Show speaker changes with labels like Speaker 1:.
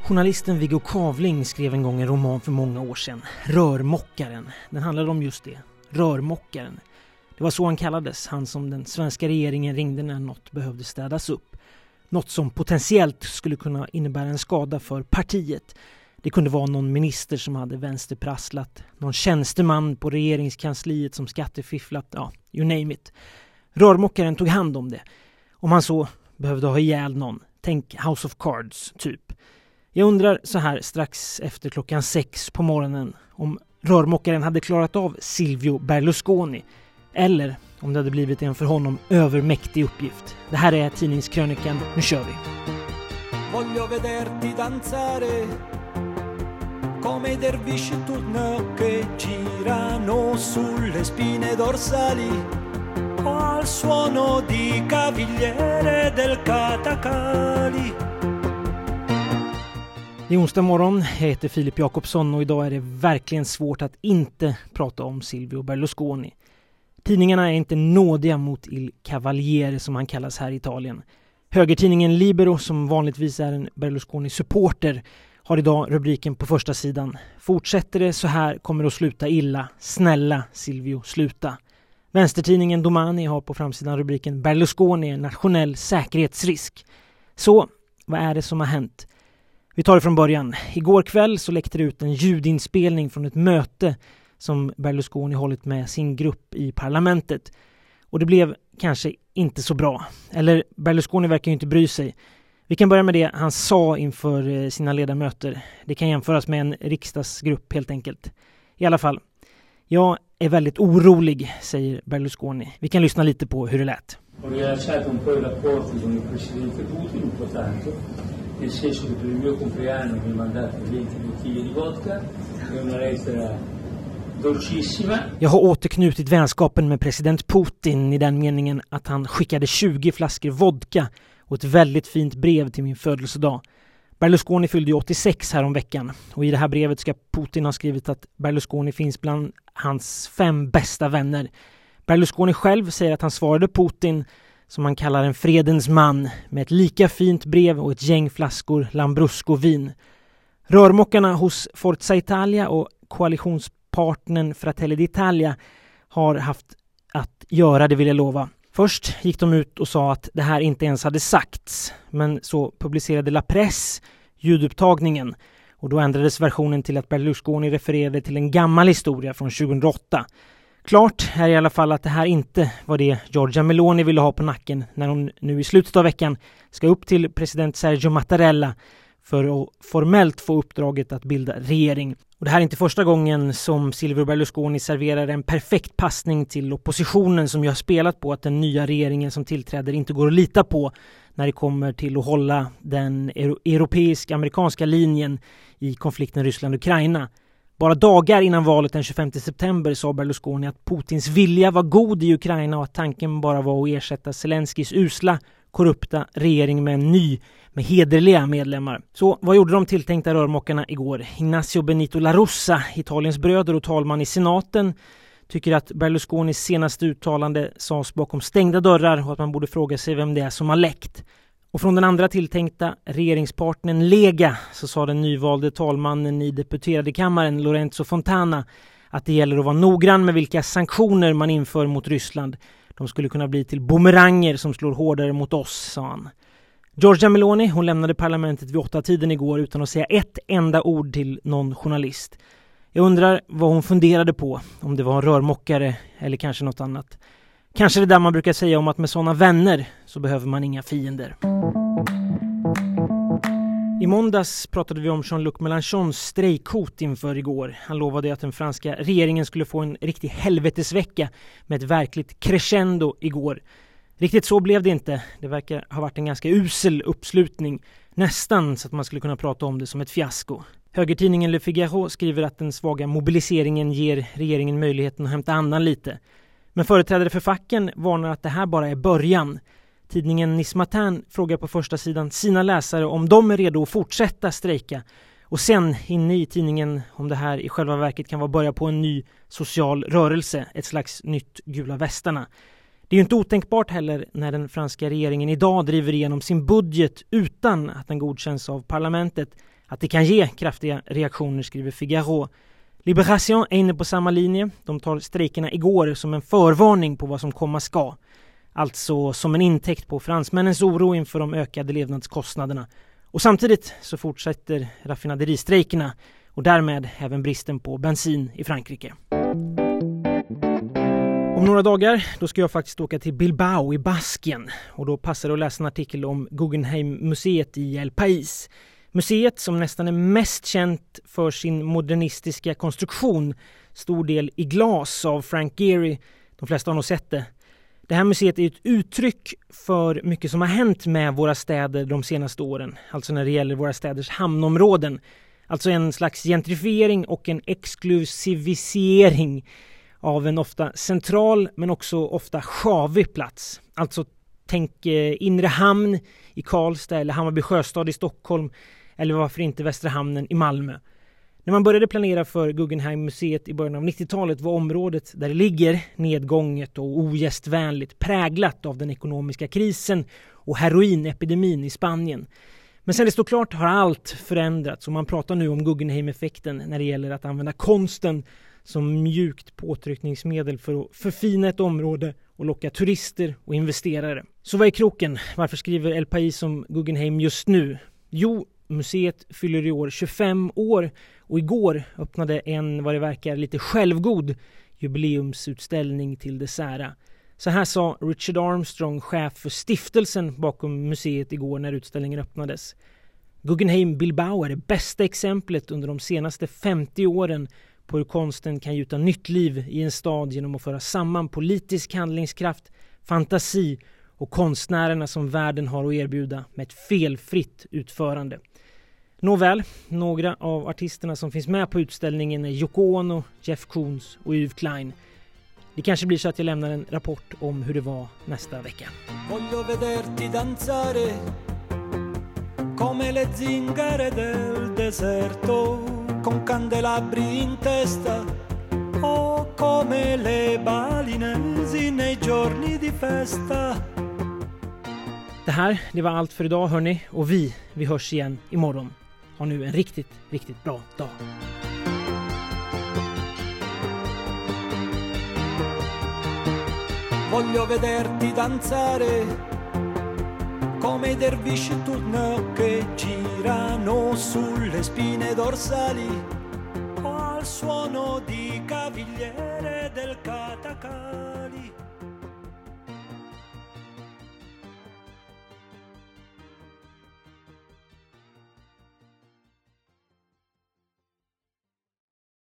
Speaker 1: Journalisten Viggo Kavling skrev en gång en roman för många år sedan, Rörmokaren. Den handlade om just det, rörmokaren. Det var så han kallades, han som den svenska regeringen ringde när något behövde städas upp. Något som potentiellt skulle kunna innebära en skada för partiet. Det kunde vara någon minister som hade vänsterprasslat, någon tjänsteman på regeringskansliet som skattefifflat, ja, you name it. Rörmokaren tog hand om det. Om han så behövde ha ihjäl någon, tänk House of Cards typ. Jag undrar så här strax efter 6:00 på morgonen om rörmokaren hade klarat av Silvio Berlusconi eller om det hade blivit en för honom övermäktig uppgift. Det här är tidningskrönikan, nu kör vi!
Speaker 2: Voglio vederti danzare come i dervisci turno che girano sulle spine dorsali o al suono di cavigliere del Katakali.
Speaker 1: Det är onsdag morgon, jag heter Filip Jakobsson och idag är det verkligen svårt att inte prata om Silvio Berlusconi. Tidningarna är inte nådiga mot Il Cavaliere som han kallas här i Italien. Högertidningen Libero, som vanligtvis är en Berlusconi-supporter, har idag rubriken på första sidan. Fortsätter det så här kommer det att sluta illa. Snälla Silvio, sluta. Vänstertidningen Domani har på framsidan rubriken Berlusconi är nationell säkerhetsrisk. Så, vad är det som har hänt? Vi tar det från början. Igår kväll så läckte det ut en ljudinspelning från ett möte som Berlusconi hållit med sin grupp i parlamentet. Och det blev kanske inte så bra. Eller Berlusconi verkar ju inte bry sig. Vi kan börja med det han sa inför sina ledamöter. Det kan jämföras med en riksdagsgrupp helt enkelt. I alla fall, jag är väldigt orolig, säger Berlusconi. Vi kan lyssna lite på hur det lät.
Speaker 3: Ho rilasciato un po' i rapporti con il presidente Putin, un po' tanto, nel senso che per il mio compleanno mi ha mandato 20 bottiglie di vodka e una lettera dolcissima. Jag har återknutit vänskapen med president Putin i den meningen att han skickade 20 flaskor vodka och ett väldigt fint brev till min födelsedag. Berlusconi fyllde ju 86 här om veckan och i det här brevet ska Putin ha skrivit att Berlusconi finns bland hans 5 bästa vänner. Berlusconi själv säger att han svarade Putin, som han kallar en fredens man, med ett lika fint brev och ett gäng flaskor Lambrusco-vin. Rörmokarna hos Forza Italia och koalitionspartnern Fratelli d'Italia har haft att göra, det vill jag lova. Först gick de ut och sa att det här inte ens hade sagts, men så publicerade La Presse ljudupptagningen och då ändrades versionen till att Berlusconi refererade till en gammal historia från 2008. Klart är i alla fall att det här inte var det Giorgia Meloni ville ha på nacken när hon nu i slutet av veckan ska upp till president Sergio Mattarella för att formellt få uppdraget att bilda regering. Och det här är inte första gången som Silvio Berlusconi serverar en perfekt passning till oppositionen som jag har spelat på att den nya regeringen som tillträder inte går att lita på när det kommer till att hålla den europeisk-amerikanska linjen i konflikten Ryssland-Ukraina. Bara dagar innan valet den 25 september sa Berlusconi att Putins vilja var god i Ukraina och att tanken bara var att ersätta Zelenskis usla, korrupta regering med en ny, med hederliga medlemmar. Så vad gjorde de tilltänkta rörmokarna igår? Ignacio Benito La Russa, Italiens bröder och talman i senaten, tycker att Berlusconis senaste uttalande sades bakom stängda dörrar och att man borde fråga sig vem det är som har läckt. Och från den andra tilltänkta regeringspartnern Lega så sa den nyvalde talmannen i deputerade kammaren Lorenzo Fontana att det gäller att vara noggrann med vilka sanktioner man inför mot Ryssland. De skulle kunna bli till bumeranger som slår hårdare mot oss, sa han. Giorgia Meloni, hon lämnade parlamentet vid 8-tiden igår utan att säga ett enda ord till någon journalist. Jag undrar vad hon funderade på, om det var en rörmokare eller kanske något annat. Kanske det där man brukar säga om att med sådana vänner så behöver man inga fiender. I måndags pratade vi om Jean-Luc Mélenchons strejkhot inför igår. Han lovade att den franska regeringen skulle få en riktig helvetesvecka med ett verkligt crescendo igår. Riktigt så blev det inte. Det verkar ha varit en ganska usel uppslutning. Nästan så att man skulle kunna prata om det som ett fiasko. Högertidningen Le Figaro skriver att den svaga mobiliseringen ger regeringen möjligheten att hämta andan lite. Men företrädare för facken varnar att det här bara är början. Tidningen Nice Matin frågar på första sidan sina läsare om de är redo att fortsätta strejka. Och sen inne i tidningen om det här i själva verket kan vara börja på en ny social rörelse. Ett slags nytt gula västarna. Det är ju inte otänkbart heller när den franska regeringen idag driver igenom sin budget utan att den godkänns av parlamentet
Speaker 1: att det kan ge kraftiga reaktioner, skriver Figaro. Libération är inne på samma linje. De tar strejkerna igår som en förvarning på vad som komma ska. Alltså som en intäkt på fransmännens oro inför de ökade levnadskostnaderna. Och samtidigt så fortsätter raffinaderiststrejkerna och därmed även bristen på bensin i Frankrike. Om några dagar då ska jag faktiskt åka till Bilbao i Baskien och då passar det att läsa en artikel om Guggenheim-museet i El País. Museet som nästan är mest känt för sin modernistiska konstruktion, stor del i glas av Frank Gehry, de flesta har nog sett det. Det här museet är ett uttryck för mycket som har hänt med våra städer de senaste åren, alltså när det gäller våra städers hamnområden. Alltså en slags gentrifiering och en exklusivisering av en ofta central men också ofta sjavig plats. Alltså tänk Inre hamn i Karlstad eller Hammarby sjöstad i Stockholm eller varför inte Västra hamnen i Malmö. När man började planera för Guggenheim-museet i början av 90-talet var området där det ligger nedgånget och ogästvänligt, präglat av den ekonomiska krisen och heroinepidemin i Spanien. Men sen det står klart har allt förändrats och man pratar nu om Guggenheim-effekten när det gäller att använda konsten som mjukt påtryckningsmedel för att förfina ett område och locka turister och investerare. Så vad är kroken? Varför skriver El País om Guggenheim just nu? Jo, museet fyller i år 25 år och igår öppnade en vad det verkar lite självgod jubileumsutställning till dessert. Så här sa Richard Armstrong, chef för stiftelsen bakom museet igår när utställningen öppnades. Guggenheim Bilbao är det bästa exemplet under de senaste 50 åren på hur konsten kan gjuta nytt liv i en stad genom att föra samman politisk handlingskraft, fantasi och konstnärerna som världen har att erbjuda med ett felfritt utförande. Nåväl, några av artisterna som finns med på utställningen är Yoko Ono, Jeff Koons och Yves Klein. Det kanske blir så att jag lämnar en rapport om hur det var nästa vecka.
Speaker 2: Voglio vederti danzare come le zingare del deserto con candelabri in testa o come le balinesi nei giorni di festa.
Speaker 1: Det här, det var allt för idag hörni och vi hörs igen imorgon. Ha nu en riktigt, riktigt bra dag.
Speaker 2: Voglio vederti danzare come i dervisci tourneurs che girano sulle spine dorsali o al suono di cavigliere del Katakali.